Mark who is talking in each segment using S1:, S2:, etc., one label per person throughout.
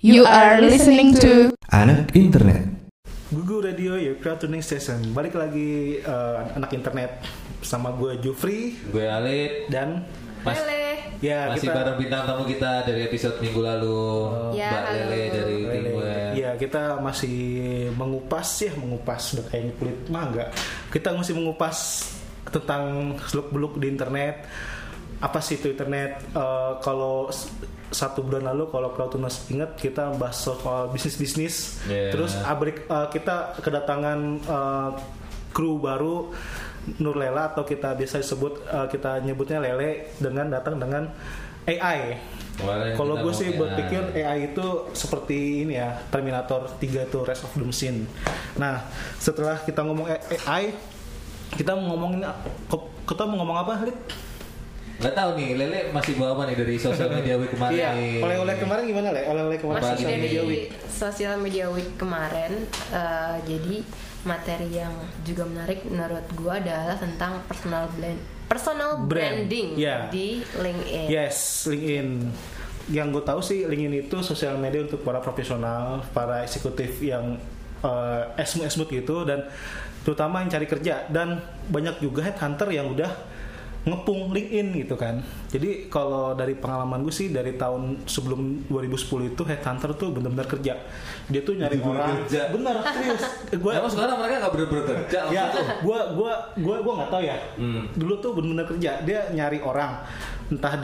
S1: You are listening to
S2: Anak Internet.
S3: Gugu Radio, your crowd tuning station. Balik lagi anak internet sama gue Jufri,
S4: gue Alid
S3: dan
S4: Lele.
S3: Ya,
S4: masih
S3: kita
S4: bareng bintang tamu kita dari episode minggu lalu, Mbak Lele dari Ringware.
S3: Ya, kita masih mengupas udah kayak kulit mangga. Kita masih mengupas tentang seluk-beluk di internet. Apa sih itu internet? Kalau 1 bulan lalu kalau Crowdtuners ingat kita bahas soal bisnis, terus kita kedatangan kru baru Nur Lela atau kita biasa disebut kita nyebutnya Lele dengan datang dengan AI. Kalau gue sih berpikir AI itu seperti ini ya, Terminator 3 itu Rise of the Machine. Nah, setelah kita ngomong AI, kita mau ngomongin apa, Lid?
S4: Gak tahu nih, Lele masih bawa apa nih dari Social Media Week kemarin?
S3: Iya, oleh-oleh kemarin gimana, Le? Oleh-oleh kemarin
S5: masih
S3: Social
S5: dari
S3: Media Week.
S5: Social Media Week kemarin. Jadi materi yang juga menarik menurut gue adalah tentang personal branding di LinkedIn.
S3: Yes, LinkedIn. Yang gue tahu sih LinkedIn itu sosial media untuk para profesional, para eksekutif yang esmu gitu, dan terutama yang cari kerja, dan banyak juga headhunter yang udah ngepung LinkedIn gitu kan. Jadi kalau dari pengalaman gue sih dari tahun sebelum 2010 itu headhunter tuh benar-benar kerja. Dia tuh nyari orang. Bener, serius.
S4: Emang sekarang mereka nggak bener-bener kerja?
S3: Ya, gue nggak tahu ya. Dulu tuh benar-benar kerja. Dia nyari orang, entah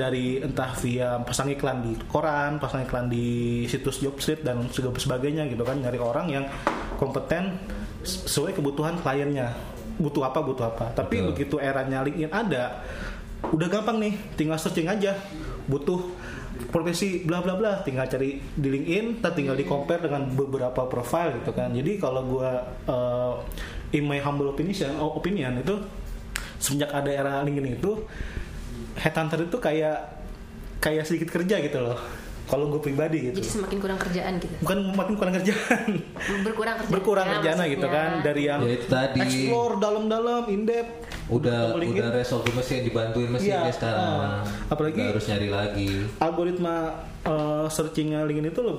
S3: via pasang iklan di koran, pasang iklan di situs Jobstreet dan sebagainya gitu kan. Nyari orang yang kompeten sesuai kebutuhan kliennya. Butuh apa. Tapi begitu eranya LinkedIn ada, udah gampang nih, tinggal searching aja. Butuh profesi bla bla bla, tinggal cari di LinkedIn, tinggal di compare dengan beberapa profile gitu kan. Jadi kalau gue in my humble opinion itu semenjak ada era LinkedIn itu, headhunter itu kayak sedikit kerja gitu loh. Kalau gue pribadi gitu.
S5: Jadi semakin kurang kerjaan gitu.
S3: Bukan makin kurang kerjaan. Berkurang kerjaan gitu kan, dari yang explore dalam-dalam, in-depth.
S4: Udah resolve mesin, dibantuin mesinnya sekarang.
S3: Apalagi
S4: nggak harus nyari lagi.
S3: Algoritma searchingnya LinkedIn itu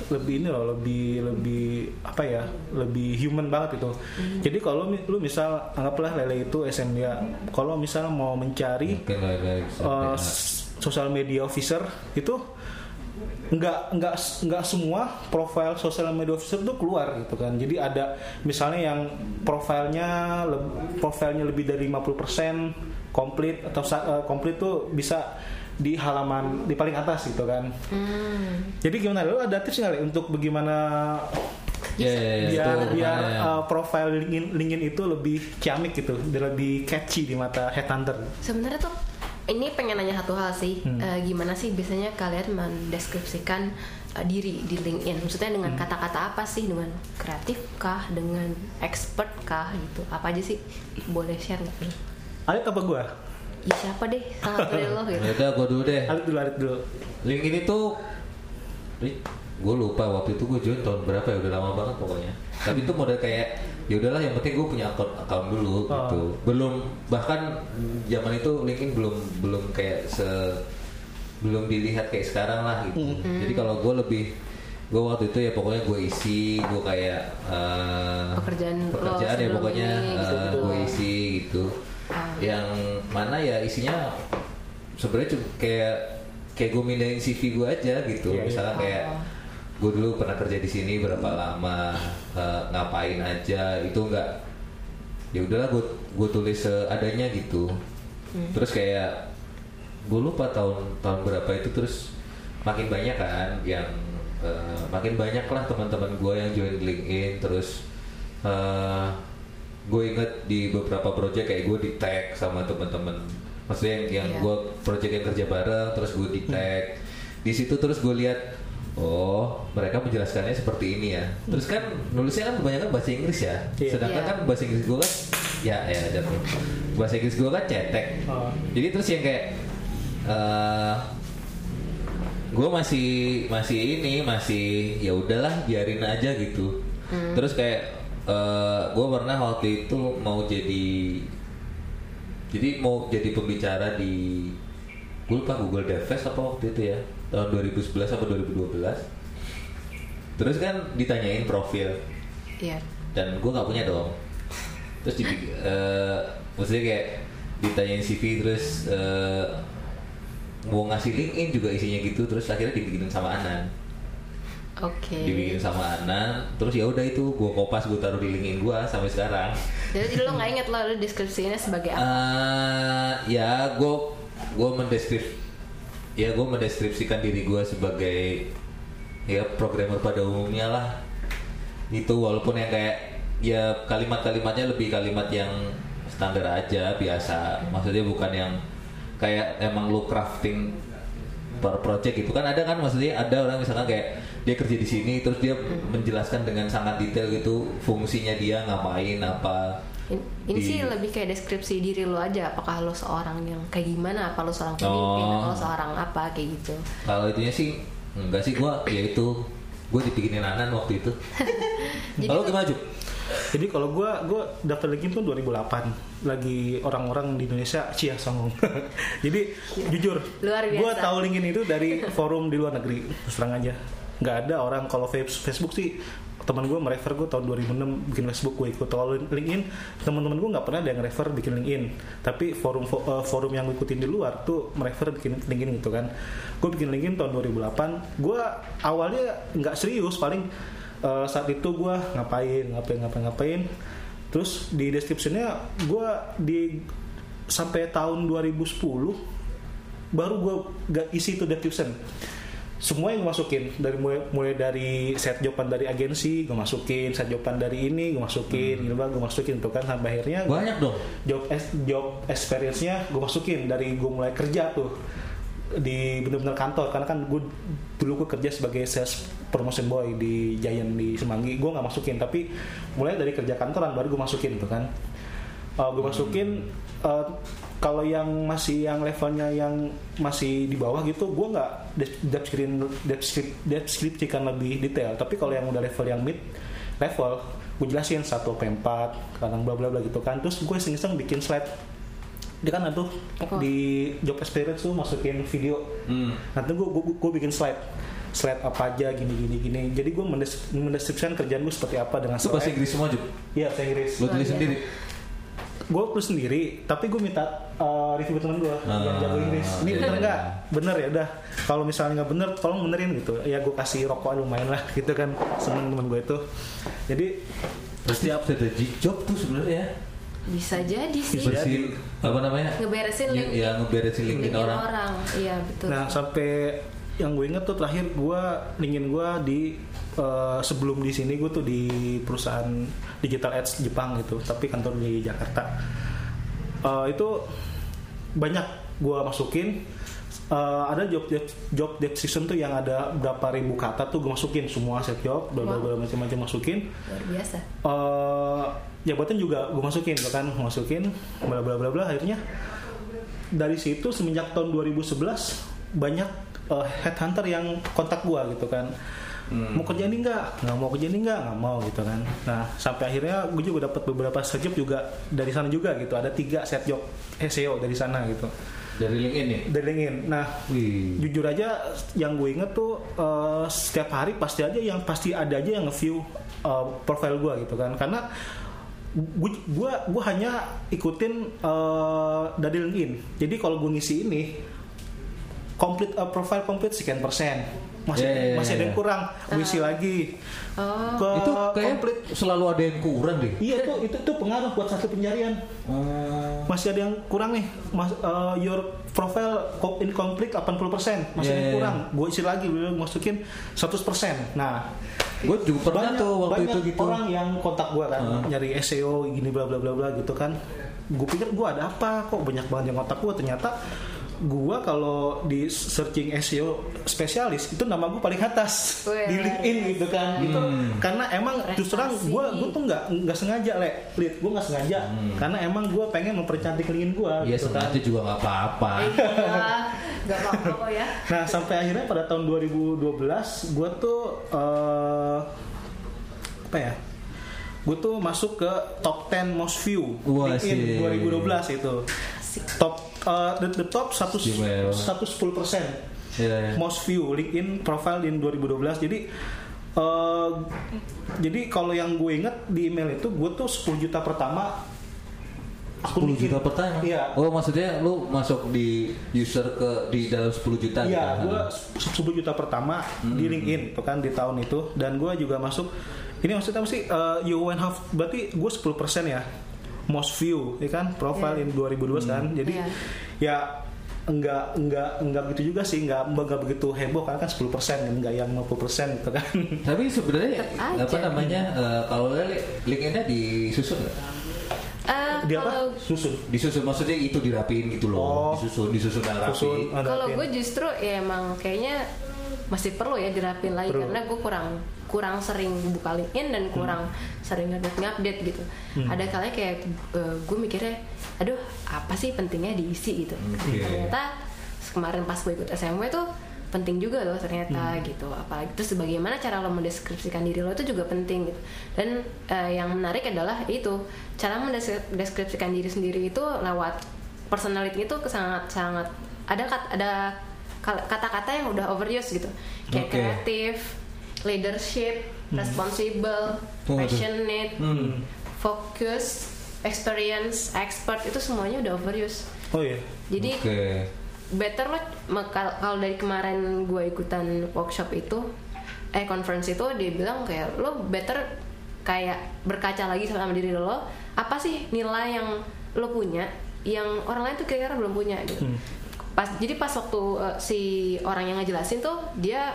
S3: lebih human banget itu. Jadi kalau lu misal anggaplah Lele itu SMD, kalau misal mau mencari social media officer itu nggak semua profil social media officer tuh keluar gitu kan. Jadi ada misalnya yang profilnya lebih dari 50% komplit atau komplit tuh bisa di halaman di paling atas gitu kan. Jadi gimana, lu ada tips nggak untuk bagaimana biar profil LinkedIn itu lebih ciamik gitu, lebih catchy di mata headhunter?
S5: Sebenarnya tuh ini pengen nanya satu hal sih, gimana sih biasanya kalian mendeskripsikan diri di LinkedIn? Maksudnya dengan kata-kata apa sih? Dengan kreatif kah? Dengan expert kah? Gitu. Apa aja sih? Boleh share nggak?
S3: Alid apa gua?
S5: Ya siapa deh? Salah pilih lo gitu.
S4: Udah, gua dulu deh.
S3: Alid dulu.
S4: LinkedIn itu, gue lupa waktu itu gue join tahun berapa ya, udah lama banget pokoknya. Tapi itu model kayak ya udahlah, yang penting gue punya account dulu gitu. Bahkan zaman itu LinkedIn belum kayak belum dilihat kayak sekarang lah gitu. Jadi kalau gue waktu itu ya pokoknya gue isi, gue kayak pekerjaan ya pokoknya gue isi gitu. Yang mana ya isinya sebenarnya cuma kayak gue mindahin CV gue aja gitu. Misalnya kayak gue dulu pernah kerja di sini berapa lama, ngapain aja, itu enggak, ya udahlah gue tulis seadanya gitu. Terus kayak gue lupa tahun berapa itu, terus makin banyak kan yang makin banyak lah teman-teman gue yang join LinkedIn. Terus gue inget di beberapa project kayak gue di tag sama teman-teman, maksudnya yang gue project yang kerja bareng, terus gue di tag di situ. Terus gue lihat, oh mereka menjelaskannya seperti ini ya. Terus kan nulisnya kan kebanyakan bahasa Inggris ya. Sedangkan kan bahasa Inggris gue kan bahasa Inggris gue kan cetek. Jadi terus yang kayak gue masih ya udahlah biarin aja gitu. Terus kayak gue pernah waktu itu mau jadi pembicara di, gue lupa, Google DevFest apa waktu itu ya, tahun 2011 atau 2012. Terus kan ditanyain profil.
S5: Iya.
S4: Dan gue nggak punya dong. Terus maksudnya kayak ditanyain CV terus mau ngasih LinkedIn juga isinya gitu, terus akhirnya dibikinin sama Anan.
S5: Oke.
S4: Dibikin sama Anan, terus ya udah itu gue kopas, gue taruh di LinkedIn gue sampai sekarang.
S5: Jadi lo nggak inget lo deskripsinya sebagai apa?
S4: Ya gue mendeskripsikan diri gue sebagai ya programmer pada umumnya lah. Itu walaupun yang kayak ya kalimat-kalimatnya lebih kalimat yang standar aja, biasa. Maksudnya bukan yang kayak emang lu crafting per project gitu kan, ada kan, maksudnya ada orang misalkan kayak dia kerja di sini terus dia menjelaskan dengan sangat detail gitu fungsinya dia ngapain apa.
S5: Ini sih lebih kayak deskripsi diri lo aja, apakah lo seorang yang kayak gimana, apa lo seorang pemimpin atau lo seorang apa kayak gitu.
S4: Kalau itunya sih enggak sih, gue dibikinin Anan waktu itu. Kalau gimana Juk?
S3: Jadi kalau gue daftar LinkedIn tuh 2008, lagi orang-orang di Indonesia cia songong. Jadi jujur, gue tahu LinkedIn itu dari forum di luar negeri, terus terang aja. Nggak ada orang, kalau Facebook sih teman gue merefer gue tahun 2006 bikin Facebook, gue ikut. Kalau LinkedIn teman-teman gue nggak pernah ada yang refer bikin LinkedIn, tapi forum yang gue ikutin di luar tuh merefer bikin LinkedIn gitu kan. Gue bikin LinkedIn tahun 2008. Gue awalnya nggak serius, paling saat itu gue ngapain. Terus di description-nya gue sampai tahun 2010 baru gue gak isi itu description. Semua yang gue masukin, dari mulai dari set jawaban dari agensi gue masukin, set jawaban dari ini gue masukin, gue masukin tuh kan, sampai akhirnya
S4: banyak dong
S3: job experience-nya gue masukin dari gue mulai kerja tuh di bener-bener kantor, karena kan dulu gue kerja sebagai sales promotion boy di Giant di Semanggi. Gue nggak masukin, tapi mulai dari kerja kantoran baru gue masukin tuh kan. Gue masukin kalau yang levelnya yang masih di bawah gitu, gue nggak deskripsikan lebih detail. Tapi kalau yang udah level yang mid level, gue jelasin 1-4 kadang bla bla bla gitu kan. Terus gue iseng-iseng bikin slide. Dia kan tuh di job experience tuh masukin video. Nanti gue bikin slide apa aja gini. Jadi gue mendeskripsikan kerjaan gue seperti apa dengan
S4: bahasa Inggris semua juga.
S3: Iya, bahasa Inggris.
S4: Lo tulis sendiri.
S3: Gue tulis sendiri, tapi gue minta review teman gue yang jago Inggris. Ini bener nggak? Bener ya udah. Kalau misalnya nggak bener, tolong benerin gitu. Ya gue kasih rokok lumayan lah gitu kan, seneng teman gue itu. Jadi
S4: setiap strategi job tuh sebenarnya
S5: bisa jadi sih.
S4: Bersihin apa namanya?
S5: Ngeberesin LinkedIn.
S4: Ya ngeberesin LinkedIn orang.
S5: Iya betul.
S3: Nah sampai yang gue inget tuh terakhir LinkedIn gue di sebelum di sini gue tuh di perusahaan digital ads Jepang gitu, tapi kantor di Jakarta. Itu banyak gue masukin. Ada job description tuh yang ada berapa ribu kata tuh gue masukin semua, set job macam-macam masukin.
S5: Luar biasa.
S3: Jabatan juga gue masukin bla bla bla bla. Akhirnya dari situ semenjak tahun 2011 banyak headhunter yang kontak gue gitu kan, mau kerja ini nggak mau gitu kan. Nah sampai akhirnya gue juga dapat beberapa set job juga dari sana juga gitu, ada 3 set job SEO dari sana gitu.
S4: Dari LinkedIn ya? Dari
S3: LinkedIn. Nah, jujur aja yang gue inget tuh setiap hari pasti ada aja yang nge-view profile gue gitu kan. Karena gue hanya ikutin dari LinkedIn. Jadi kalau gue ngisi ini profile complete sekian persen, masih ada yang kurang, gue isi lagi.
S4: Itu kayak complete selalu ada yang kurang deh.
S3: Iya itu pengaruh buat satu pencarian. Masih ada yang kurang nih, your profile incomplete 80%, masih ada yang kurang. Gue isi lagi, gue masukin 100%. Nah,
S4: gue juga pernah tuh waktu itu gitu.
S3: Orang yang kontak gue kan, nyari SEO gini bla bla bla bla gitu kan. Gue pikir gue ada apa, kok banyak banget yang kontak gue. Ternyata gue kalau di searching SEO spesialis itu nama gue paling atas di LinkedIn gitu kan. Gitu. Karena emang terus terang gue tuh nggak sengaja gue nggak sengaja karena emang gue pengen mempercantik LinkedIn gue.
S4: Iya
S3: gitu
S4: sengaja
S3: kan.
S4: juga nggak apa-apa.
S5: Nggak apa-apa kok ya.
S3: Nah sampai akhirnya pada tahun 2012 gue tuh gue tuh masuk ke top 10 most view LinkedIn 2012 itu. The top 110% most view LinkedIn profile in 2012. Jadi Jadi kalau yang gue inget di email itu gue tuh 10 juta pertama
S4: 10 juta pertama?
S3: Iya.
S4: Oh maksudnya lu masuk di user di dalam 10 juta
S3: iya,
S4: gitu?
S3: Iya, gue 10 juta pertama di LinkedIn itu kan di tahun itu. Dan gue juga masuk, ini maksudnya apa sih, you went half, berarti gue 10% ya most view, ya kan, profile in 2012 kan. Jadi ya enggak gitu juga sih, enggak begitu heboh karena kan 10% enggak yang 50% gitu kan.
S4: Tapi sebenarnya apa namanya, kalau LinkedIn-nya disusun nggak?
S3: Dia apa? Disusun
S4: maksudnya itu dirapiin gitu loh. Disusun rapi.
S5: Kalau gue justru ya emang kayaknya masih perlu ya dirapin lagi karena gue kurang sering buka LinkedIn dan kurang sering ngupdate gitu. Ada kalanya kayak gue mikirnya, aduh apa sih pentingnya diisi gitu. Ternyata kemarin pas gue ikut SMW tuh penting juga loh ternyata gitu. Apalagi terus bagaimana cara lo mendeskripsikan diri lo itu juga penting gitu. Dan yang menarik adalah itu cara mendeskripsikan diri sendiri itu lewat personality itu sangat ada kata-kata yang udah overuse gitu. Kayak kreatif, leadership, responsible, passionate, focus, experience, expert, itu semuanya udah overuse.
S3: Oh iya.
S5: Jadi better lo kalau dari kemarin gue ikutan workshop itu conference itu dia bilang kayak lo better kayak berkaca lagi sama diri lo, apa sih nilai yang lo punya yang orang lain tuh kira-kira belum punya gitu. Jadi pas waktu si orang yang ngejelasin tuh dia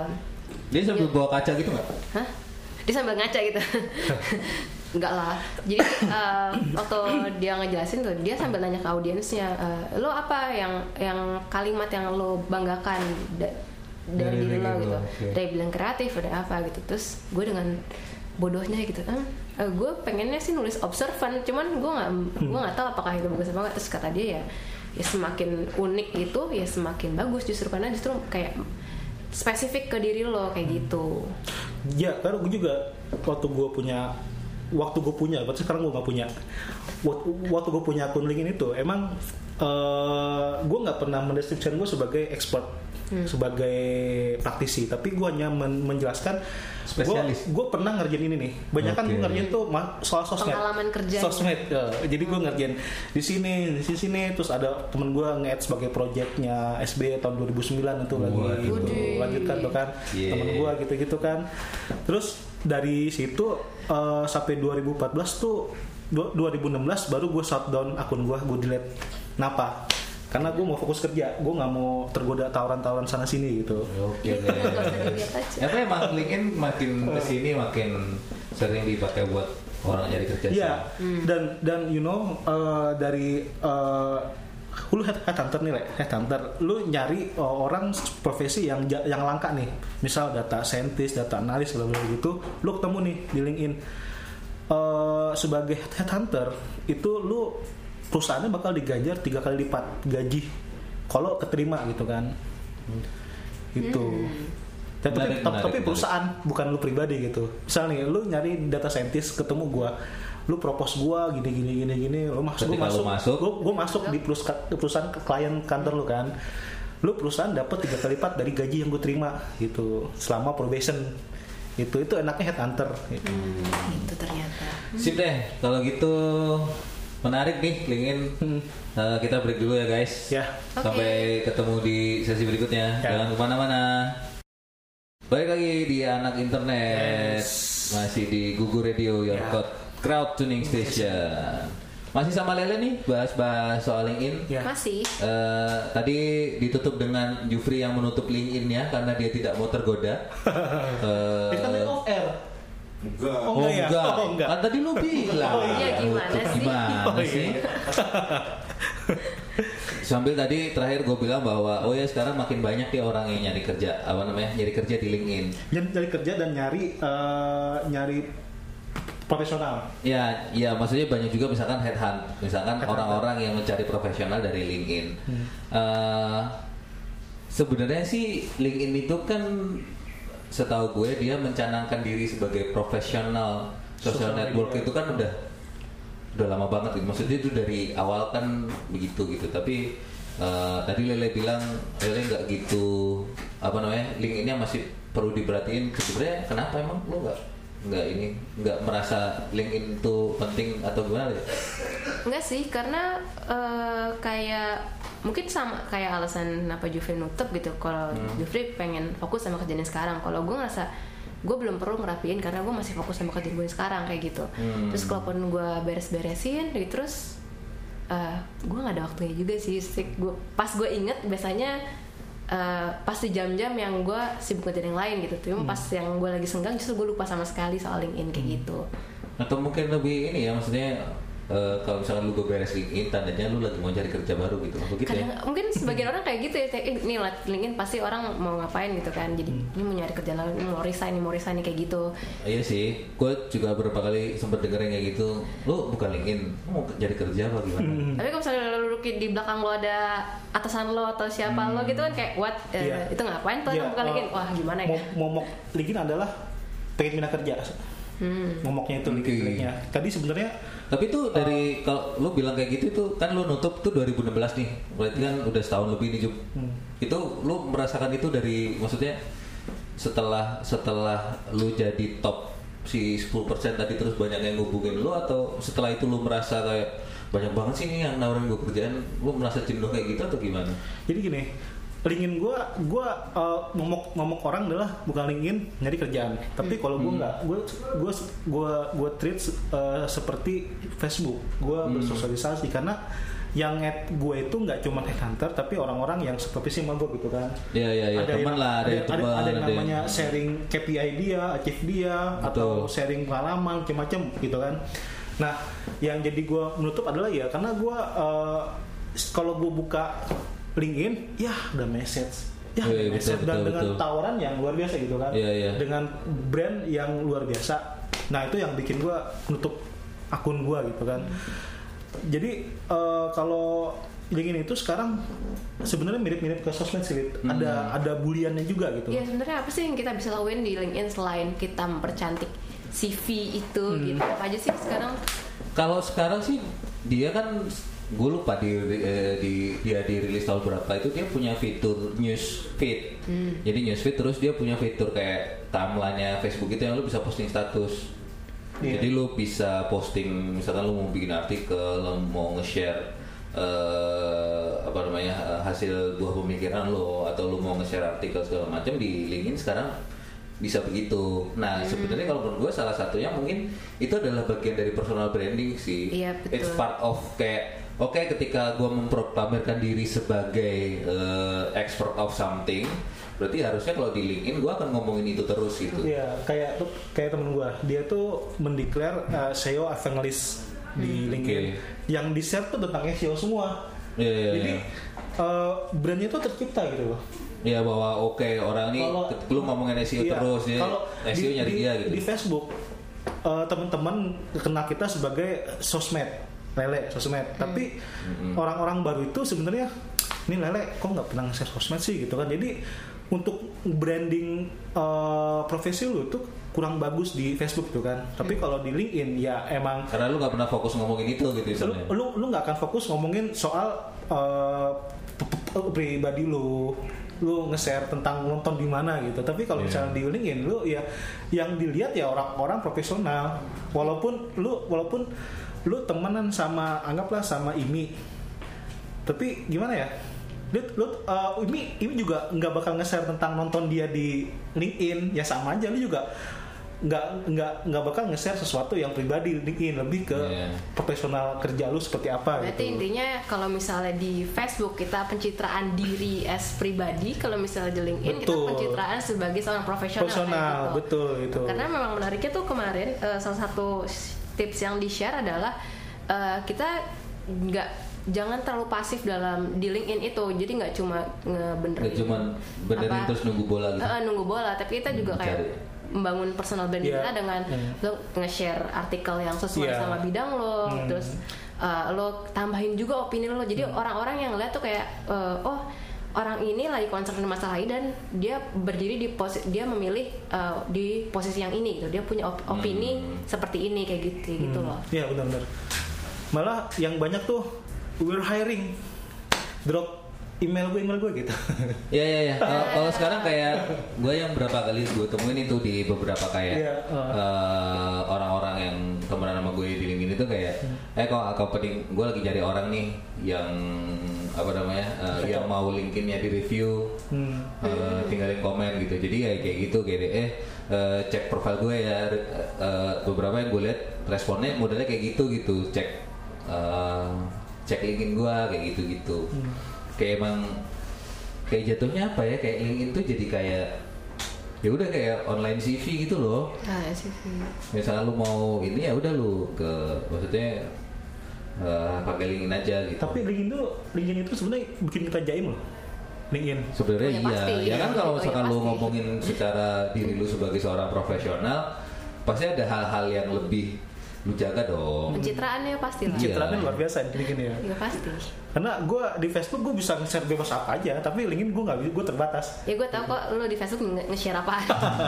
S4: sambil bawa kaca gitu nggak?
S5: Hah? Dia sambil ngaca gitu. Enggak lah. Jadi waktu dia ngejelasin tuh dia sambil nanya ke audiensnya, lo apa yang kalimat yang lo banggakan dari diri lo gitu. Dia bilang kreatif, ada apa gitu. Terus gue dengan bodohnya gitu, gue pengennya sih nulis observant, cuman gue nggak tahu apakah itu bagus apa nggak. Terus kata dia ya semakin unik itu ya semakin bagus justru karena justru kayak spesifik ke diri lo kayak gitu.
S3: Ya karena gue juga waktu gue punya, berarti sekarang gue nggak punya. Waktu gue punya akun LinkedIn itu, emang gue nggak pernah mendeskripsikan gue sebagai expert, sebagai praktisi, tapi gue hanya menjelaskan spesialis. Gue pernah ngerjain ini nih. Banyak kan gue ngerjain tuh soal sosmed.
S5: Pengalaman kerja.
S3: Sosmed. Jadi gue ngerjain di sini. Terus ada temen gue nge-add sebagai projectnya SB tahun 2009 itu lagi lanjutkan tuh kan. Temen gue gitu-gitu kan. Terus dari situ sampai 2014 tuh 2016 baru gue shutdown akun gue delete. Kenapa? Karena gue mau fokus kerja, gue nggak mau tergoda tawaran-tawaran sana sini gitu.
S4: Oke. Apa emang LinkedIn makin kesini makin sering dipakai buat orang nyari kerja.
S3: Iya. Dan you know dari lu headhunter nih, lu nyari orang profesi yang langka nih, misal data scientist, data analis, gitu, lu ketemu nih di LinkedIn. Sebagai headhunter itu lu perusahaannya bakal digajar 3 kali lipat gaji kalau keterima gitu kan. Gitu. Tapi perusahaan bukan lu pribadi gitu. Misal nih lu nyari data scientist, ketemu gua, lu propose gua gini, lu gua masuk di perusahaan klien kantor lu kan. Lu perusahaan dapat 3 kali lipat dari gaji yang gua terima gitu selama probation. Itu enaknya headhunter gitu.
S5: Itu ternyata.
S4: Sip deh, kalau gitu menarik nih LinkedIn. Kita break dulu ya guys.
S3: Ya.
S4: Sampai ketemu di sesi berikutnya. Jangan kemana-mana. Balik lagi di Anak Internet. Masih di Gugu Radio, your crowd tuning station. Masih sama Lele nih, bahas soal LinkedIn.
S5: Masih.
S4: Tadi ditutup dengan Jufri yang menutup LinkedIn-nya karena dia tidak mau tergoda.
S3: Kita off air.
S4: Enggak. Kan tadi lu bilang.
S5: Iya
S4: gimana sih? Sambil tadi terakhir gue bilang bahwa sekarang makin banyak nih orang yang nyari kerja, nyari kerja di LinkedIn. Nyari
S3: kerja dan nyari profesional.
S4: Ya, maksudnya banyak juga misalkan headhunt, orang-orang yang mencari profesional dari LinkedIn. Sebenarnya sih LinkedIn itu kan setahu gue dia mencanangkan diri sebagai profesional social network itu kan udah lama banget gitu. Maksudnya itu dari awal kan begitu gitu. Tapi tadi Lele bilang Lele nggak gitu LinkedIn-nya masih perlu diperhatiin sebenarnya kenapa emang lu nggak merasa LinkedIn itu penting atau gimana ya?
S5: Enggak sih, karena kayak mungkin sama kayak alasan kenapa Jufri nutup gitu. Kalau Jufri pengen fokus sama kerjaan sekarang, kalau gue ngerasa gue belum perlu ngerapiin karena gue masih fokus sama kerjaan gue sekarang kayak gitu. Terus kalaupun gue beres-beresin gitu, terus gue nggak ada waktunya juga sih. Pas gue inget biasanya pas di jam-jam yang gue sibuk kerjaan yang lain gitu. Cuma pas yang gue lagi senggang justru gue lupa sama sekali soal LinkedIn kayak gitu. Atau
S4: mungkin lebih ini ya, maksudnya kalau misalkan lu beres LinkedIn tandanya lu lagi mau cari kerja baru gitu, gitu ya?
S5: Mungkin sebagian orang kayak gitu ya, ini LinkedIn pasti orang mau ngapain gitu kan, jadi ini mau nyari kerja lain, mau resign kayak gitu. Iya
S4: sih, gue juga beberapa kali sempet dengerin kayak gitu, lu bukan LinkedIn, lu mau cari kerja apa gimana?
S5: Tapi kalau misalnya lu di belakang lo ada atasan lo atau siapa lo gitu kan kayak what, itu ngapain tuh bukan LinkedIn, wah gimana ya?
S3: Momok LinkedIn adalah pengen pindah kerja. Momoknya itu LinkedIn-nya. Tadi sebenarnya
S4: tapi tuh dari kalau lu bilang kayak gitu itu kan lu nutup tuh 2016 nih. Berarti kan udah setahun lebih nih, Jup. Itu lu merasakan itu dari, maksudnya setelah lu jadi top si 10% tadi terus banyak yang ngubungin lu, atau setelah itu lu merasa kayak banyak banget sih nih yang nawarin gue kerjaan, lu merasa jenuh kayak gitu atau gimana?
S3: Jadi gini, LinkedIn gue ngomong orang adalah bukan LinkedIn nyari kerjaan, tapi kalau gue nggak, gue treat seperti Facebook, gue bersosialisasi karena yang gue itu nggak cuma headhunter tapi orang-orang yang seperti sama gue gitu kan.
S4: Iya teman lah,
S3: ada yang namanya sharing KPI dia, achieve dia, atau sharing pengalaman macam-macam gitu kan. Nah yang jadi gue menutup adalah ya karena gue kalau gue buka LinkedIn, ya udah message, message dan dengan tawaran yang luar biasa gitu kan, dengan brand yang luar biasa. Nah itu yang bikin gue nutup akun gue gitu kan. Jadi kalau LinkedIn itu sekarang sebenarnya mirip-mirip ke sosmed sih, ada buliannya juga gitu.
S5: Iya sebenarnya apa sih yang kita bisa lakuin di LinkedIn selain kita mempercantik CV itu gitu? Apa aja sih sekarang?
S4: Kalau sekarang sih dia kan, gue lupa dia dirilis tahun berapa itu, dia punya fitur news feed. Jadi news feed, terus dia punya fitur kayak timeline-nya Facebook itu yang lu bisa posting status. Jadi lu bisa posting, misalkan lu mau bikin artikel, lu mau nge-share hasil buah pemikiran lu, atau lu mau nge-share artikel segala macam di LinkedIn sekarang bisa begitu. Nah sebenarnya kalau menurut gue salah satunya mungkin itu adalah bagian dari personal branding sih.
S5: Iya, betul.
S4: It's part of kayak ketika gue memproklamirkan diri sebagai expert of something, berarti harusnya kalau di LinkedIn gue akan ngomongin itu terus gitu.
S3: Iya, kayak temen gue, dia tuh mendeklar SEO evangelist di LinkedIn. Yang di share tuh tentang SEO semua. Jadi brandnya tuh tercipta gitu loh.
S4: Ya bahwa orang ini lu ngomongin SEO terus ya, SEO nyari dia gitu.
S3: Di Facebook teman-teman kenal kita sebagai sosmed. Tapi orang-orang baru itu sebenarnya ini Lele kok nggak pernah nge-share sosmed sih gitu kan. Jadi untuk branding profesi lu tuh kurang bagus di Facebook tuh kan. Tapi kalau di LinkedIn ya emang
S4: karena lu nggak pernah fokus ngomongin itu gitu misalnya.
S3: Lu nggak akan fokus ngomongin soal pribadi lu nge-share tentang nonton di mana gitu. Tapi kalau misalnya di LinkedIn lu ya yang dilihat ya orang-orang profesional. Walaupun lu temenan sama, anggaplah sama Imi, tapi gimana ya, Imi juga nggak bakal nge-share tentang nonton dia di LinkedIn, ya sama aja lu juga nggak bakal nge-share sesuatu yang pribadi di LinkedIn, lebih ke profesional kerja lu seperti apa.
S5: Berarti gitu. Intinya kalau misalnya di Facebook kita pencitraan diri as pribadi, kalau misalnya di LinkedIn kita pencitraan sebagai seorang profesional.
S3: Betul itu.
S5: Karena memang menariknya tuh kemarin salah satu tips yang di-share adalah kita jangan terlalu pasif di LinkedIn itu. Jadi nggak cuma benerin
S4: terus nunggu bola gitu.
S5: Nunggu bola, tapi kita juga kayak membangun personal branding kita dengan lo nge-share artikel yang sesuai sama bidang lo, terus lo tambahin juga opini lo. Jadi orang-orang yang lihat tuh kayak orang ini lagi concern masalah ini dan dia berdiri dia memilih di posisi yang ini gitu. Dia punya opini seperti ini kayak gitu loh.
S3: Iya benar-benar. Malah yang banyak tuh we're hiring, drop email gue gitu.
S4: Iya. Kalau sekarang kayak gue yang berapa kali gue temuin itu di beberapa kayak orang-orang yang temenan sama gue di LinkedIn itu kayak, kok penting, gue lagi cari orang nih yang apa namanya, yang mau LinkedIn-nya di review, tinggalin komen gitu. Jadi kayak gitu kayak cek profil gue ya, beberapa yang gue lihat responnya modelnya kayak gitu, cek LinkedIn gue kayak gitu. Kayak emang kayak jatuhnya apa ya, kayak LinkedIn tuh jadi kayak ya udah kayak online CV gitu loh.
S5: CV.
S4: Misalnya lu mau ini ya udah lu ke, maksudnya pakai LinkedIn aja gitu.
S3: Tapi LinkedIn itu sebenarnya bikin kita jaim loh. LinkedIn.
S4: Sebenarnya iya.
S5: Pasti.
S4: Ya kan kalau misalkan lu
S5: Pasti.
S4: ngomongin secara diri lu sebagai seorang profesional, pasti ada hal-hal yang lebih lu jaga dong.
S5: Pencitraannya pasti lah.
S3: Pencitraannya luar biasa di LinkedIn ya.
S5: Iya pasti.
S3: Karena gue di Facebook gue bisa nge-share bebas apa aja, tapi LinkedIn gue nggak, gue terbatas.
S5: Ya gue tau kok lo di Facebook nge-share apa.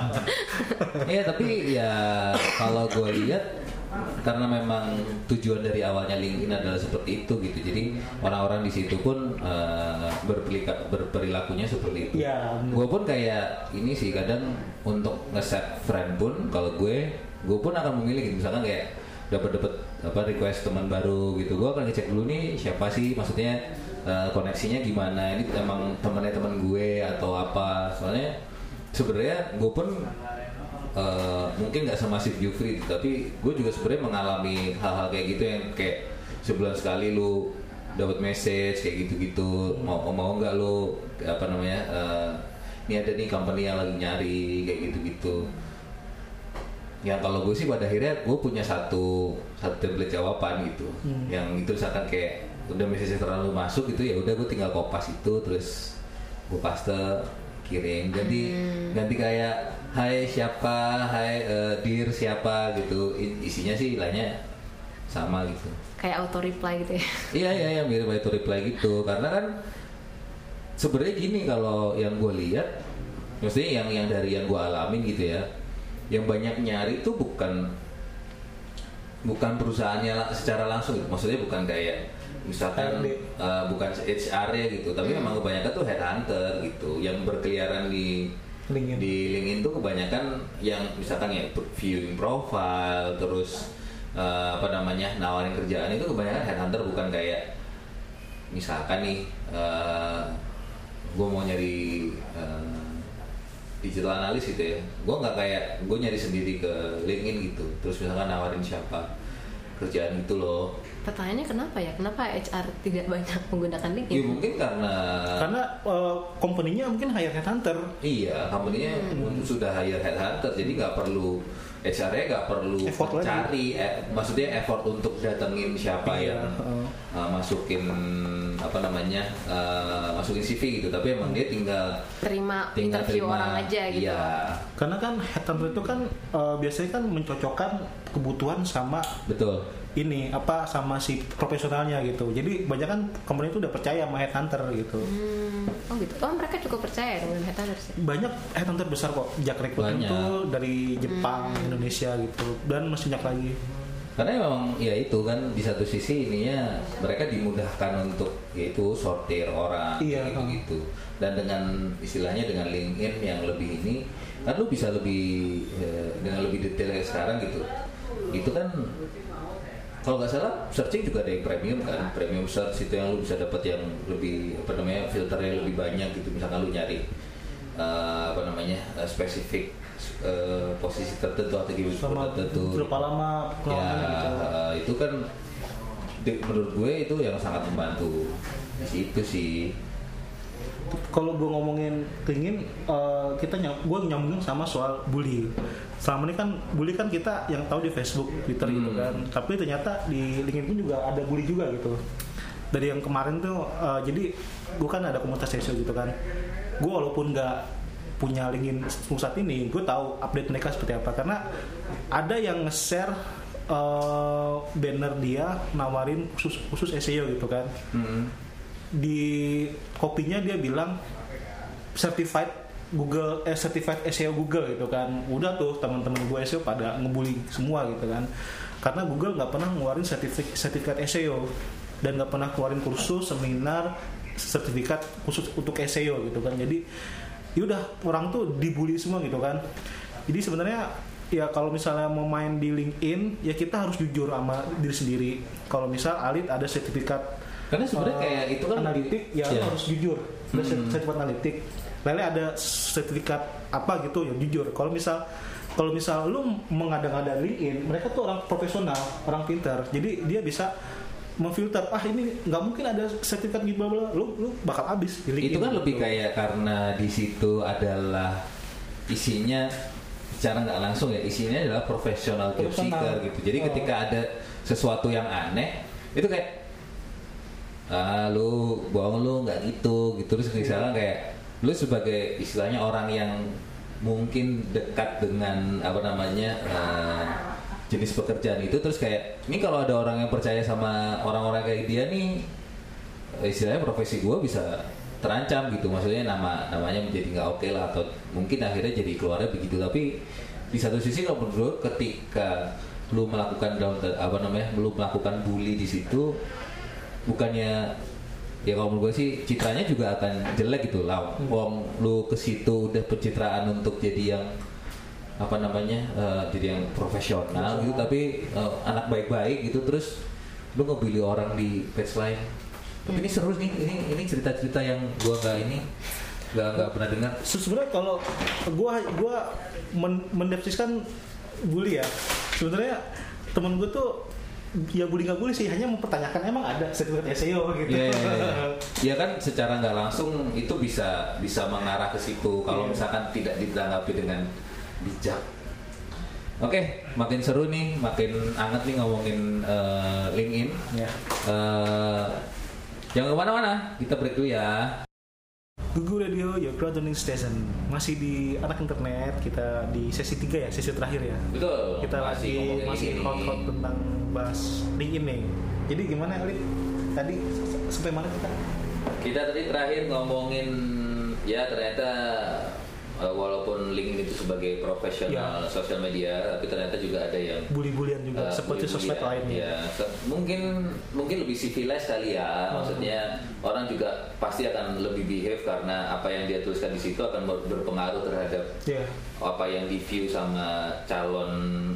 S4: Iya tapi ya kalau gue lihat karena memang tujuan dari awalnya LinkedIn adalah seperti itu gitu. Jadi orang-orang di situ pun berperilakunya seperti itu.
S3: Iya.
S4: Gue pun kayak ini sih kadang untuk nge-set friend pun kalau gue pun akan memilih gitu. Misalkan kayak dapat request teman baru gitu, gue akan ngecek dulu nih siapa sih, maksudnya koneksinya gimana, ini emang teman gue atau apa. Soalnya sebenarnya gue pun mungkin nggak semasif Jufri, tapi gue juga sebenarnya mengalami hal-hal kayak gitu yang kayak sebulan sekali lu dapat message kayak gitu-gitu, mau nggak lu apa namanya, ini ada nih company yang lagi nyari kayak gitu-gitu. Yang kalau gue sih pada akhirnya gue punya satu template jawaban gitu, yang itu misalkan kayak udah message terlalu masuk gitu ya udah gue tinggal kopas itu terus gue paste kirim, ganti kayak hai siapa, hai dear siapa gitu, isinya sih lainnya sama gitu,
S5: Kayak auto reply gitu ya.
S4: iya mirip auto reply gitu. Karena kan sebenarnya gini, kalau yang gue lihat, maksudnya yang dari yang gue alamin gitu ya, yang banyak nyari itu bukan perusahaannya secara langsung gitu. Maksudnya bukan kayak misalkan bukan HR-nya gitu, tapi memang kebanyakan tuh headhunter gitu yang berkeliaran di LinkedIn tuh kebanyakan yang misalkan ya viewing profile terus nawarin kerjaan itu kebanyakan headhunter, bukan kayak misalkan nih gue mau nyari digital analis gitu ya, gue nggak kayak gue nyari sendiri ke LinkedIn gitu terus misalkan nawarin siapa kerjaan gitu loh.
S5: Pertanyaannya kenapa ya? Kenapa HR tidak banyak menggunakan LinkedIn?
S4: Ya mungkin karena
S3: company-nya mungkin hire headhunter.
S4: Iya, company-nya sudah hire headhunter, jadi nggak perlu HR-nya nggak perlu
S3: effort
S4: cari, maksudnya effort untuk datengin siapa yang masukin masukin CV gitu, tapi emang dia tinggal
S5: interview orang aja gitu.
S4: Iya.
S3: Karena kan headhunter itu kan biasanya kan mencocokkan kebutuhan sama
S4: betul
S3: ini sama si profesionalnya gitu. Jadi banyak kan company itu udah percaya sama headhunter gitu.
S5: Oh gitu. Oh mereka cukup percaya dengan headhunter sih.
S3: Banyak headhunter besar kok, Jack Recruitment tuh dari Jepang, Indonesia gitu, dan masih banyak lagi.
S4: Karena memang ya itu kan di satu sisi ininya mereka dimudahkan untuk yaitu sortir orang gitu. Dan dengan istilahnya dengan LinkedIn yang lebih ini kan lu bisa lebih dengan lebih detail kayak sekarang gitu. Itu kan kalau nggak salah searching juga ada yang premium kan, premium search itu yang lu bisa dapat yang lebih filternya lebih banyak gitu. Misalkan lu nyari spesifik posisi tertentu atau keyword tertentu
S3: berapa lama
S4: ya gitu. Itu kan menurut gue itu yang sangat membantu di situ sih.
S3: Kalau gue ngomongin LinkedIn, gue nyambungin sama soal bully. Selama ini kan bully kan kita yang tahu di Facebook, Twitter gitu kan. Tapi ternyata di LinkedIn pun juga ada bully juga gitu. Dari yang kemarin tuh, jadi gue kan ada komunitas SEO gitu kan. Gue walaupun nggak punya LinkedIn saat ini, gue tahu update mereka seperti apa. Karena ada yang nge-share banner dia nawarin khusus SEO gitu kan. Di kopinya dia bilang certified SEO Google gitu kan. Udah tuh teman-teman gue SEO pada ngebully semua gitu kan, karena Google nggak pernah ngeluarin sertifikat SEO dan nggak pernah keluarin kursus, seminar sertifikat khusus untuk SEO gitu kan. Jadi yaudah orang tuh dibully semua gitu kan. Jadi sebenarnya ya kalau misalnya mau main di LinkedIn ya kita harus jujur sama diri sendiri. Kalau misal Alit ada sertifikat
S4: karena sebenarnya kayak itu kan
S3: analitik ya harus jujur. Ada sertifikat analitik. Lele ada sertifikat apa gitu ya jujur. Kalau misal lu mengada-ngada LinkedIn, mereka tuh orang profesional, orang pintar. Jadi dia bisa memfilter, ini nggak mungkin ada sertifikat gitu, lu bakal habis di LinkedIn.
S4: Itu kan lebih kayak karena di situ adalah isinya secara nggak langsung ya, isinya adalah profesional job seeker gitu. Jadi ketika ada sesuatu yang aneh, itu kayak lu bohong, lu nggak gitu. Terus misalnya kayak lu sebagai istilahnya orang yang mungkin dekat dengan jenis pekerjaan itu, terus kayak ini kalau ada orang yang percaya sama orang-orang kayak dia nih, istilahnya profesi gue bisa terancam gitu, maksudnya namanya menjadi nggak oke lah, atau mungkin akhirnya jadi keluarnya begitu. Tapi di satu sisi kalau menurut ketika lu melakukan lu melakukan bully di situ, bukannya ya kalau menurut gue sih citranya juga akan jelek gitu lah. Wong lu ke situ udah pencitraan untuk jadi yang jadi yang profesional gitu, tapi anak baik-baik gitu, terus lu ngebully orang di page lain. Tapi ini seru nih, ini cerita-cerita yang gua nggak pernah dengar.
S3: Sebenarnya kalau gua mendefinisikan bully ya, sebenarnya temen gue tuh ya bully nggak bully sih, hanya mempertanyakan emang ada sertifikat SEO gitu.
S4: Iya kan, secara nggak langsung itu bisa mengarah ke situ kalau misalkan tidak ditanggapi dengan bijak. Oke, makin seru nih, makin hangat nih ngomongin LinkedIn. Jangan kemana-mana, kita break dulu ya.
S3: Gugu Radio, your crowdfunding station. Masih di anak internet, kita di sesi 3 ya, sesi terakhir ya.
S4: Betul.
S3: Kita masih hot tentang bahas LinkedIn nih. Jadi gimana Elit? Tadi sampai mana kita?
S4: Kita tadi terakhir ngomongin ya ternyata walaupun LinkedIn itu sebagai profesional sosial media, tapi ternyata juga ada yang
S3: bully-bulian juga seperti sosmed lainnya.
S4: Ya, mungkin lebih civilized kali ya. Maksudnya orang juga pasti akan lebih behave karena apa yang dia tuliskan di situ akan berpengaruh terhadap apa yang di view sama calon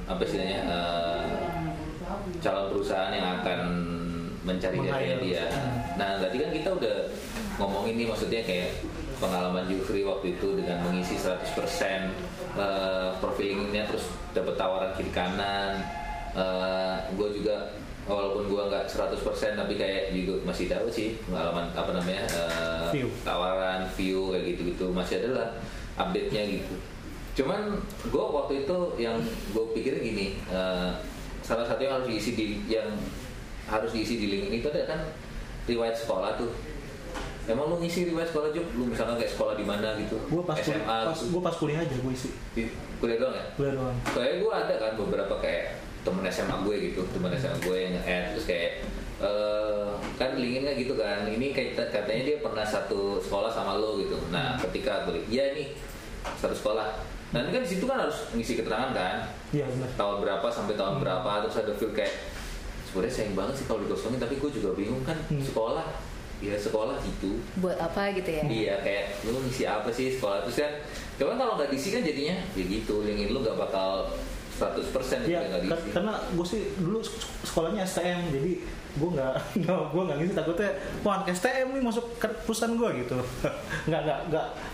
S4: calon perusahaan yang akan mencari dia. Nah, tadi kan kita udah ngomongin nih, maksudnya kayak pengalaman Jufri waktu itu dengan mengisi 100% profil LinkedIn-nya, terus dapat tawaran kiri kanan. Gue juga walaupun gue nggak 100% tapi kayak juga masih tahu sih pengalaman tawaran view kayak gitu masih adalah update-nya gitu. Cuman gue waktu itu yang gue pikirin gini, salah satu yang harus diisi di LinkedIn itu ada kan riwayat sekolah tuh. Emang lu ngisi riwayat sekolah juga? Lu misalkan kayak sekolah di mana gitu?
S3: Gue pas
S4: SMA.
S3: Gue pas kuliah aja gue isi.
S4: Kuliah doang ya?
S3: Kuliah doang.
S4: Kayak gue ada kan beberapa kayak temen SMA gue gitu, temen SMA gue yang nge-add terus kayak kan LinkedIn kan gitu kan. Ini kayak katanya dia pernah satu sekolah sama lo gitu. Nah, ketika gue nih satu sekolah. Nah, ini kan di situ kan harus ngisi keterangan kan?
S3: Iya benar.
S4: Tahun berapa sampai tahun berapa, terus ada feel kayak sebenarnya sayang banget sih kalau dikosongin, tapi gue juga bingung kan sekolah. Ya sekolah gitu.
S5: Buat apa gitu ya?
S4: Iya, kayak lu ngisi apa sih sekolah, terus kan cuman kalau nggak diisi kan jadinya ya gitu, LinkedIn lu nggak bakal 100%
S3: ya,
S4: nggak diisi.
S3: Karena gue sih dulu sekolahnya STM, jadi gue nggak ngisi, takutnya wah STM nih masuk ke perusahaan gue gitu. nggak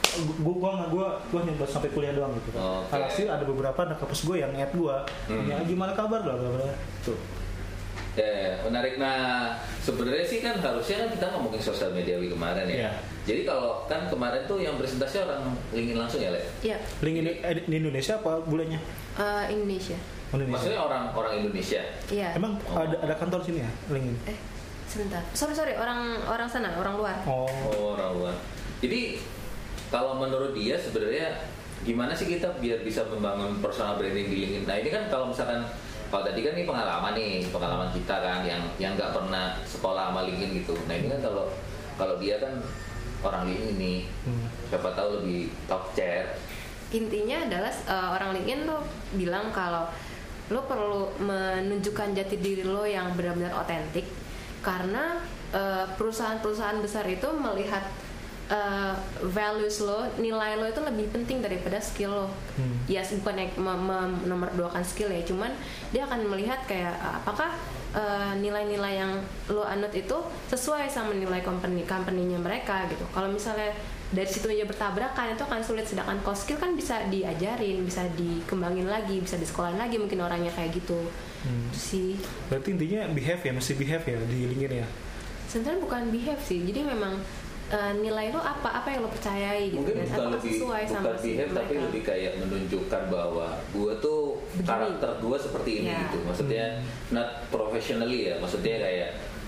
S3: gue nyoba sampai kuliah doang gitu. Alhasil ada beberapa anak kampus gue yang add gue, ya gimana kabar bla bla bla tuh.
S4: Ya, menarik. Nah, sebenarnya sih kan harusnya kan kita ngomongin sosial media kemarin ya. Jadi kalau kan kemarin tuh yang presentasi orang LinkedIn langsung ya, Le?
S5: Iya.
S3: LinkedIn di Indonesia apa bulannya?
S5: Indonesia.
S4: Maksudnya orang Indonesia?
S5: Iya.
S3: Emang ada kantor sini ya, LinkedIn?
S5: Sebentar. Sorry, orang sana, orang luar.
S4: Oh, orang luar. Jadi kalau menurut dia sebenarnya gimana sih kita biar bisa membangun personal branding di LinkedIn? Nah, ini kan kalau misalkan kalau tadi kan ini pengalaman kita kan yang nggak pernah sekolah sama LinkedIn gitu. Nah ini kan kalau dia kan orang LinkedIn ini siapa tahu lebih top chair.
S5: Intinya adalah orang LinkedIn tuh bilang kalau lo perlu menunjukkan jati diri lo yang benar-benar otentik, karena perusahaan-perusahaan besar itu melihat values lo, nilai lo itu lebih penting daripada skill lo. Ya bukan nomor 2kan skill ya, cuman dia akan melihat kayak apakah nilai-nilai yang lo anut itu sesuai sama nilai company-nya mereka gitu. Kalau misalnya dari situ aja bertabrakan itu akan sulit, sedangkan kalau skill kan bisa diajarin, bisa dikembangin lagi, bisa disekolahin lagi mungkin orangnya kayak gitu. Itu sih.
S3: Berarti intinya behave ya, mesti behave ya di LinkedIn ya.
S5: Sebenarnya bukan behave sih, jadi memang nilai lo apa yang lo percayai gitu.
S2: Mungkin
S5: dan
S2: bukan
S5: apakah
S2: lebih
S5: sesuai
S2: bukan
S5: sama
S2: behave tapi
S5: mereka.
S2: lebih kayak menunjukkan bahwa gue tuh
S5: Begini.
S2: karakter gue seperti ini
S5: Ya.
S2: gitu. Maksudnya not professionally ya, maksudnya kayak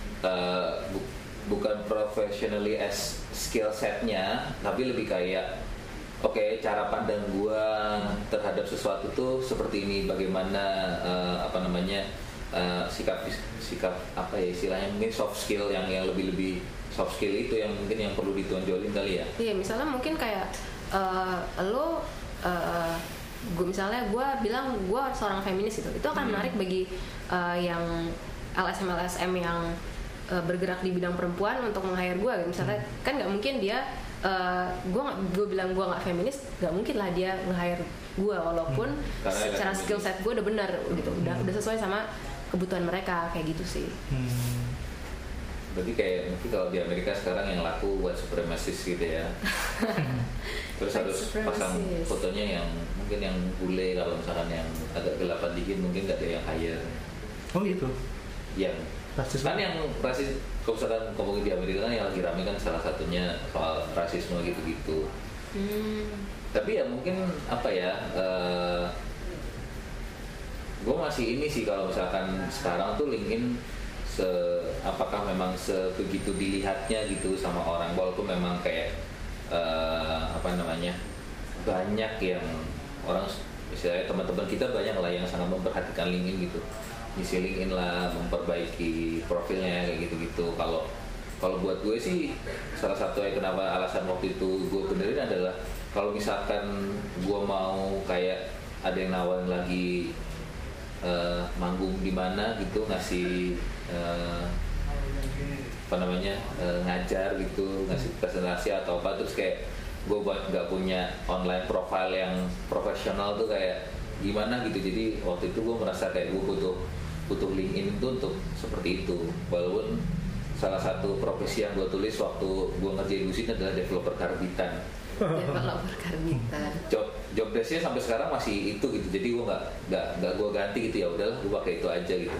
S2: bukan professionally as skill setnya, tapi lebih kayak oke, cara pandang gue terhadap sesuatu tuh seperti ini. Bagaimana sikap apa ya istilahnya, mungkin soft skill yang lebih soft skill itu yang mungkin yang perlu ditonjolin kali ya.
S5: Iya, misalnya mungkin kayak gue bilang gue seorang feminis itu akan menarik bagi yang LSM yang bergerak di bidang perempuan untuk meng-hire gue gitu. Misalnya kan nggak mungkin dia gue bilang gue nggak feminis, nggak mungkin lah dia nge-hire gue walaupun secara skill set gue udah benar gitu, udah sesuai sama kebutuhan mereka kayak gitu sih.
S2: Berarti kayak mungkin kalau di Amerika sekarang yang laku white supremacist gitu ya. Terus harus pasang fotonya yang mungkin yang bule, kalau misalkan yang agak gelapan dikit mungkin nggak ada yang hire.
S3: Oh gitu.
S2: Yang
S3: Rasisme.
S2: kan yang rasis, kalau misalkan ngomongin di Amerika kan yang lagi rame kan salah satunya soal rasisme gitu-gitu. Tapi ya mungkin apa ya, gue masih ini sih kalau misalkan sekarang tuh LinkedIn apakah memang sebegitu dilihatnya gitu sama orang, walaupun memang kayak banyak yang orang, misalnya teman-teman kita banyak lah yang sangat memperhatikan LinkedIn gitu, ngisi LinkedIn lah, memperbaiki profilnya kayak gitu-gitu. Kalau buat gue sih salah satu kenapa alasan waktu itu gue benerin adalah kalau misalkan gue mau kayak ada yang nawarin lagi manggung di mana gitu, ngasih ngajar gitu, ngasih presentasi atau apa, terus kayak gue nggak punya online profile yang profesional tuh kayak gimana gitu. Jadi waktu itu gue merasa kayak gue butuh LinkedIn itu untuk seperti itu. Walaupun salah satu profesi yang gue tulis waktu gue ngerjain di sini adalah developer karbitan.
S5: Developer karbitan.
S2: Job desknya sampai sekarang masih itu gitu. Jadi gue nggak gue ganti gitu, ya udahlah gue pakai itu aja gitu.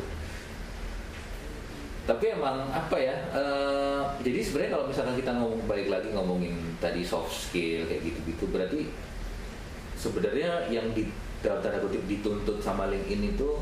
S2: Tapi emang apa ya, jadi sebenarnya kalau misalkan kita balik lagi ngomongin tadi soft skill kayak gitu-gitu, berarti sebenarnya yang dalam tanda kutip dituntut sama LinkedIn itu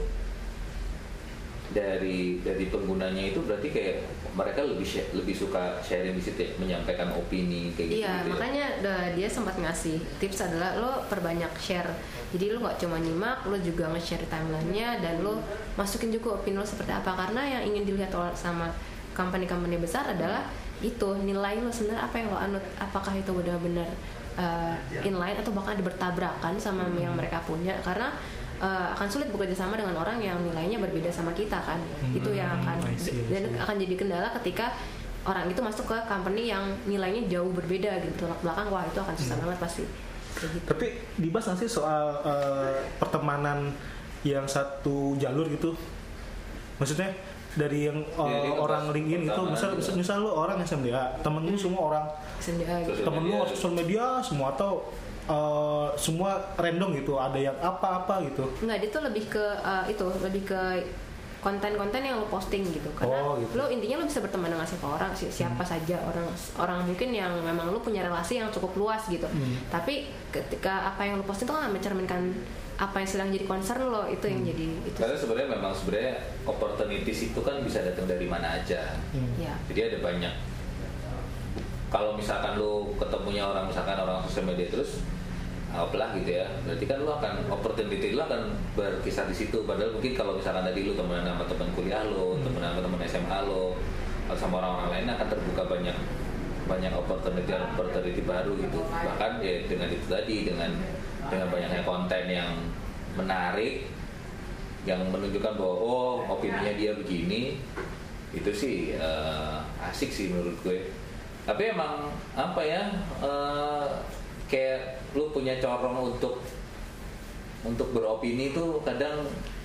S2: dari penggunanya itu berarti kayak mereka lebih suka sharing di situ ya, menyampaikan opini kayak gitu.
S5: Iya, makanya dia sempat ngasih tips adalah lo perbanyak share. Jadi lo nggak cuma nyimak, lo juga nge-share timelinenya dan lo masukin juga opini lo seperti apa, karena yang ingin dilihat sama company-company besar adalah itu nilai lo sebenarnya apa yang lo anut, apakah itu benar-benar inline atau bahkan bertabrakan sama yang mereka punya, karena akan sulit bekerja sama dengan orang yang nilainya berbeda sama kita kan. Itu yang akan dan akan jadi kendala ketika orang itu masuk ke company yang nilainya jauh berbeda gitu, tolak belakang, wah itu akan susah banget pasti. Gitu.
S3: Tapi dibahas nggak sih soal pertemanan yang satu jalur gitu? Maksudnya dari yang orang LinkedIn gitu, misal lu orang SMDA, temen lu semua orang
S5: SMDA gitu.
S3: temen lu sosial media semua, atau semua random gitu, ada yang apa-apa gitu?
S5: Enggak, dia tuh lebih ke konten-konten yang lo posting gitu, karena
S3: gitu.
S5: lo intinya lo bisa berteman dengan siapa saja orang mungkin yang memang lo punya relasi yang cukup luas gitu. Tapi ketika apa yang lo posting tuh kan mencerminkan apa yang sedang jadi concern lo, itu yang jadi itu.
S2: Karena sebenarnya opportunities itu kan bisa datang dari mana aja.
S5: Ya.
S2: Jadi ada banyak. Kalau misalkan lo ketemunya orang sosial media terus apalah gitu ya, berarti kan lo akan opportunity lo akan berkisar di situ. Padahal mungkin kalau misalkan tadi lo temenan sama teman kuliah lo, temenan sama teman SMA lo, atau sama orang-orang lain akan terbuka banyak opportunity baru gitu. Bahkan ya dengan itu tadi, dengan banyaknya konten yang menarik, yang menunjukkan bahwa opininya dia begini, itu sih asik sih menurut gue. Tapi emang apa ya, kayak lu punya corong untuk beropini tuh kadang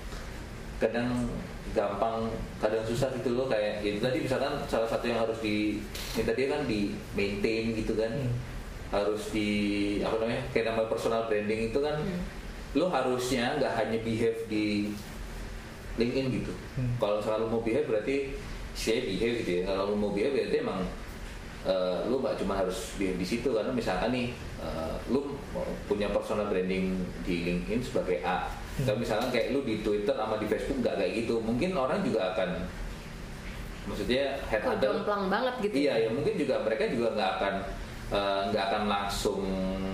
S2: gampang, kadang susah gitu loh. Kayak itu tadi misalkan salah satu yang harus minta dia kan di maintain gitu kan, harus di apa namanya, kayak nama personal branding itu kan, lo harusnya nggak hanya behave di LinkedIn gitu. Kalau misalkan lo mau behave berarti saya behave gitu ya. Kalau lo mau behave berarti emang lo nggak cuma harus behave di situ, karena misalkan nih lo punya personal branding di LinkedIn sebagai A. Tapi misalkan kayak lu di Twitter sama di Facebook nggak kayak gitu, mungkin orang juga akan, maksudnya headhunter
S5: jomplang banget gitu.
S2: Iya, ya mungkin juga mereka juga nggak akan langsung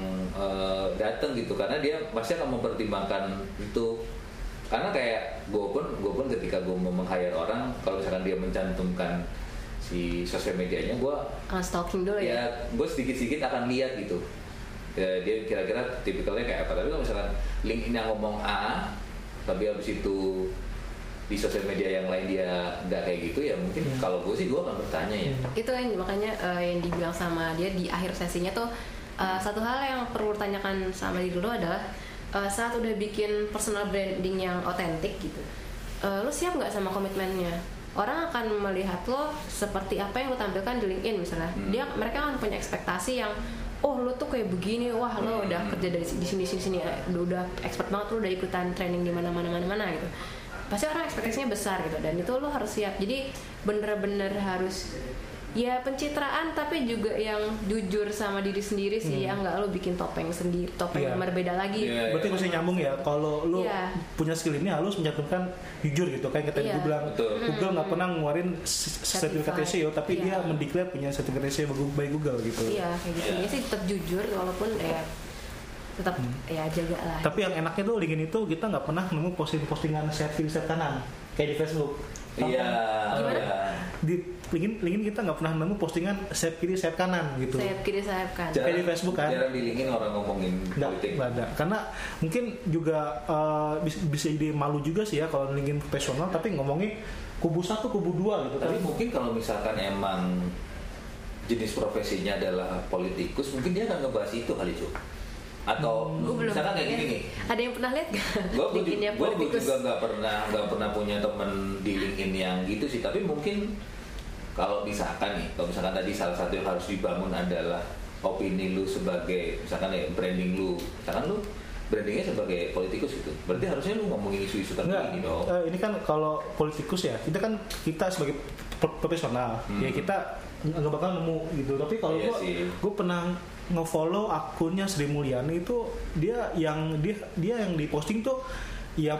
S2: datang gitu, karena dia pasti akan mempertimbangkan itu. Karena kayak gue pun ketika gue mau meng-hire orang, kalau misalkan dia mencantumkan si sosial medianya, gue
S5: stalking dulu ya.
S2: Gue sedikit akan lihat gitu. Ya, dia kira-kira tipikalnya kayak apa. Tapi kalau misalkan LinkedIn yang ngomong A tapi habis itu di sosial media yang lain dia nggak kayak gitu, ya mungkin kalau gue sih gue akan bertanya ya.
S5: Itu yang makanya yang dibilang sama dia di akhir sesinya tuh, satu hal yang perlu ditanyakan sama diri lo adalah saat udah bikin personal branding yang otentik gitu, lo siap nggak sama komitmennya? Orang akan melihat lo seperti apa yang lo tampilkan di LinkedIn misalnya. Mereka akan punya ekspektasi yang, oh lo tuh kayak begini, wah lo udah kerja dari di sini, udah expert banget, lo udah ikutan training di mana gitu. Pasti orang ekspektasinya besar gitu, dan itu lo harus siap. Jadi bener-bener harus ya pencitraan, tapi juga yang jujur sama diri sendiri sih, ya nggak lo bikin topeng yang berbeda lagi.
S3: Berarti mesti nyambung ya. Kalau lo punya skill ini harus mencantumkan jujur gitu. Kayak tadi gue bilang, Google nggak pernah ngeluarin sertifikat SEO, tapi dia mendeklar punya sertifikat SEO by Google gitu.
S5: Iya kayak gitu. Ini sih tetap jujur, walaupun ya tetap ya jaga lah.
S3: Tapi yang enaknya tuh LinkedIn itu kita nggak pernah nemu postingan save kiri save kanan kayak di Facebook.
S2: Iya.
S3: Di LinkedIn kita nggak pernah nemu postingan save kiri save kanan gitu.
S5: Save kiri save kanan.
S3: Kayak di Facebook kan.
S2: Jarang di LinkedIn orang ngomongin politik.
S3: Nggak ada. Karena mungkin juga bisa jadi malu juga sih ya kalau LinkedIn profesional, tapi ngomongin kubu 1, kubu 2 gitu.
S2: Tapi mungkin kalau misalkan emang jenis profesinya adalah politikus, mungkin dia akan ngebahas itu kali cuy. Atau misalkan kayak gini nih,
S5: ada yang pernah lihat gak?
S2: Gue juga nggak pernah punya temen di LinkedIn yang gitu sih. Tapi mungkin kalau misalkan tadi salah satu yang harus dibangun adalah opini lu sebagai, misalkan ya branding lu, misalkan lu brandingnya sebagai politikus gitu, berarti harusnya lu ngomongin isu-isu terkini dong.
S3: Ini kan kalau politikus ya, kita sebagai profesional ya kita nggak bakal nemu gitu. Tapi kalau gue pernah nge-follow akunnya Sri Mulyani, itu dia yang diposting tuh ya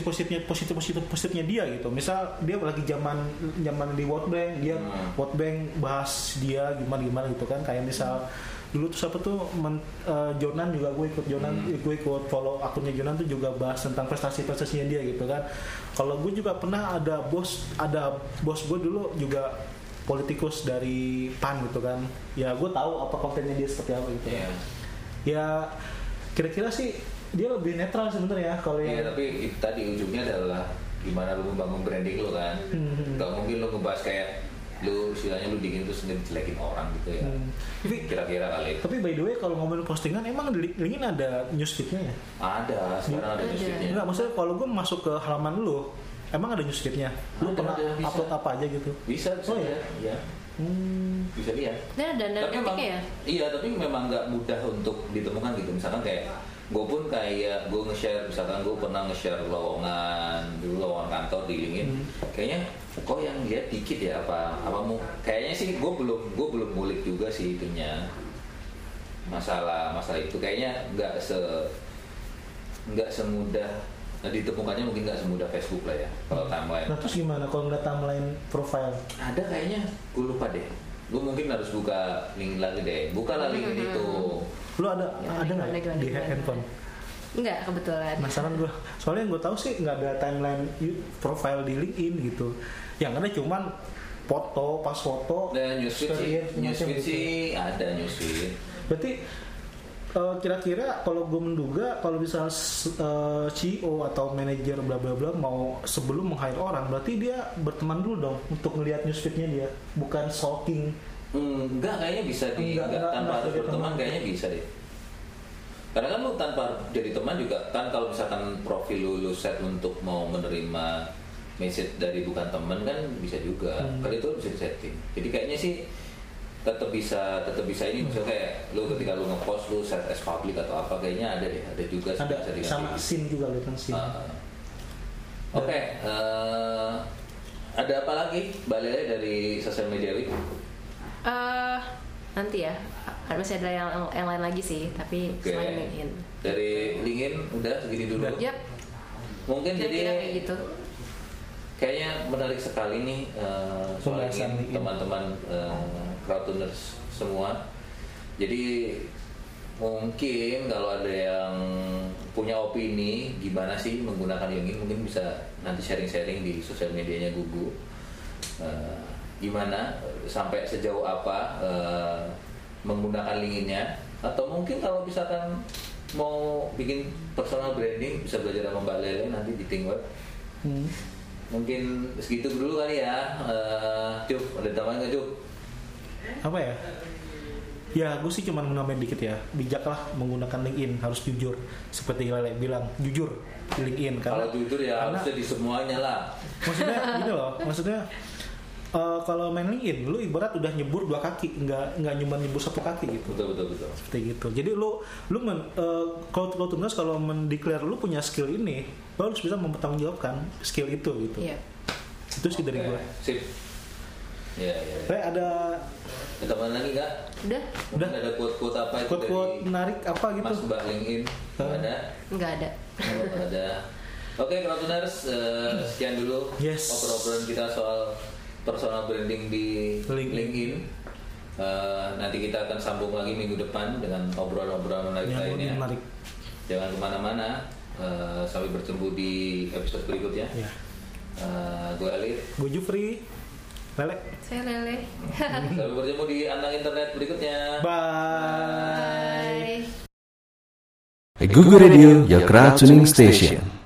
S3: positifnya dia gitu. Misal dia lagi zaman di World Bank, dia World Bank bahas dia gimana gitu kan. Kayak misal dulu tuh siapa tuh Jonan, juga gue ikut follow akunnya Jonan tuh juga bahas tentang prestasinya dia gitu kan. Kalau gue juga pernah ada bos gue dulu juga politikus dari PAN gitu kan. Ya gue tahu apa kontennya dia seperti apa gitu. Ya kira-kira sih dia lebih netral sebenarnya kalau
S2: tapi tadi ujungnya adalah gimana lu membangun branding lu kan. Gak mungkin lu ngebahas kayak lu istilahnya lu dingin terus sendiri jelekin orang gitu ya. Tapi kira-kira kali.
S3: Tapi by the way kalau ngomongin postingan, emang di LinkedIn ada newsfeednya ya?
S2: Ada, sekarang ada newsfeednya.
S3: Enggak, maksudnya kalau gue masuk ke halaman lu, emang ada newsfeednya? Lu pernah upload apa aja gitu?
S2: Bisa ya. Bisa lihat.
S5: Dan
S2: tapi memang,
S5: ya?
S2: Iya, tapi memang nggak mudah untuk ditemukan gitu. Misalkan kayak gue pun kayak gue nge-share, misalkan gue pernah nge-share lowongan kantor di LinkedIn. Kayaknya kok yang lihat dikit ya apa mau? Kayaknya sih gue belum ngulik juga sih itunya. Masalah itu kayaknya nggak semudah ditemukannya, mungkin nggak semudah Facebook lah ya kalau timeline.
S3: Nah terus gimana kalau nggak timeline profile?
S2: Ada kayaknya, gue lupa deh. Gue mungkin harus buka link lagi deh. Buka lah link itu.
S3: Lu ada nggak di handphone?
S5: Enggak, kebetulan.
S3: Penasaran gue. Soalnya yang gue tahu sih nggak ada timeline profile di LinkedIn gitu. Yang ada cuman foto, pas foto.
S2: Dan newsfeed sih ada newsfeed.
S3: Berarti kira-kira kalau gue menduga kalau misalnya CEO atau manajer bla bla bla mau sebelum meng-hire orang berarti dia berteman dulu dong untuk ngelihat newsfeed-nya dia, bukan stalking.
S2: Enggak, kayaknya bisa tanpa harus berteman kayaknya bisa deh. Karena kan lu tanpa jadi teman juga kan, kalau misalkan profil lu set untuk mau menerima message dari bukan teman kan bisa juga. Kan itu bisa disetting. Jadi kayaknya sih tetap bisa ini, misalnya kayak lu ketika lu ngepost lu set as public atau apa, kayaknya ada juga
S3: ada sama scene juga lu kan scene.
S2: Oke, ada apa lagi Mbak Lele dari sosial media Week?
S5: Nanti ya, masih ada yang lain lagi sih, tapi selain LinkedIn.
S2: Dari LinkedIn udah segini dulu.
S5: Yep.
S2: Mungkin jadi
S5: kayak gitu.
S2: Kayaknya menarik sekali nih soal ini teman-teman crowdtuners semua. Jadi mungkin kalau ada yang punya opini gimana sih menggunakan LinkedIn, mungkin bisa nanti sharing-sharing di sosial medianya Gugu. Gimana sampai sejauh apa menggunakan LinkedIn-nya, atau mungkin kalau misalkan mau bikin personal branding bisa belajar sama Mbak Lele nanti di ThinkWeb. Mungkin segitu dulu kali ya. Cuk, ada tambahan nggak Cuk?
S3: Apa ya? Ya gue sih cuma nambahin dikit ya, bijaklah menggunakan LinkedIn, harus jujur seperti Lele bilang, jujur di LinkedIn.
S2: Kalau jujur ya harusnya di semuanya lah.
S3: Maksudnya gini loh, maksudnya kalau main LinkedIn lu ibarat udah nyebur 2 kaki, nggak cuma nyebur 1 kaki gitu.
S2: Betul.
S3: Seperti gitu. Jadi lu kalau tugas kalau mendeklar lu punya skill ini, lu harus bisa mempertanggungjawabkan skill itu gitu.
S5: Iya.
S3: Itu sih dari gue.
S2: Sip. Iya.
S3: Ada
S2: tambahan lagi nggak?
S5: Udah.
S2: Mungkin ada quote-quote apa itu
S3: quote
S2: dari
S3: menarik apa gitu?
S2: Mas Mbak LinkedIn? Ada?
S5: Nggak ada.
S2: Ada. Oke, crowdtuners, sekian dulu obrolan kita soal personal branding di LinkedIn. Nanti kita akan sambung lagi minggu depan dengan obrolan-obrolan menarik lainnya. Jangan kemana-mana. Sampai bertemu di episode berikutnya.
S3: Ya.
S2: Gue Ali.
S3: Gue Jufri. Lele.
S5: Saya Lele.
S2: Sampai bertemu di Andang Internet berikutnya.
S3: Bye.
S5: Bye.
S1: Gugu Radio, your crowd tuning station.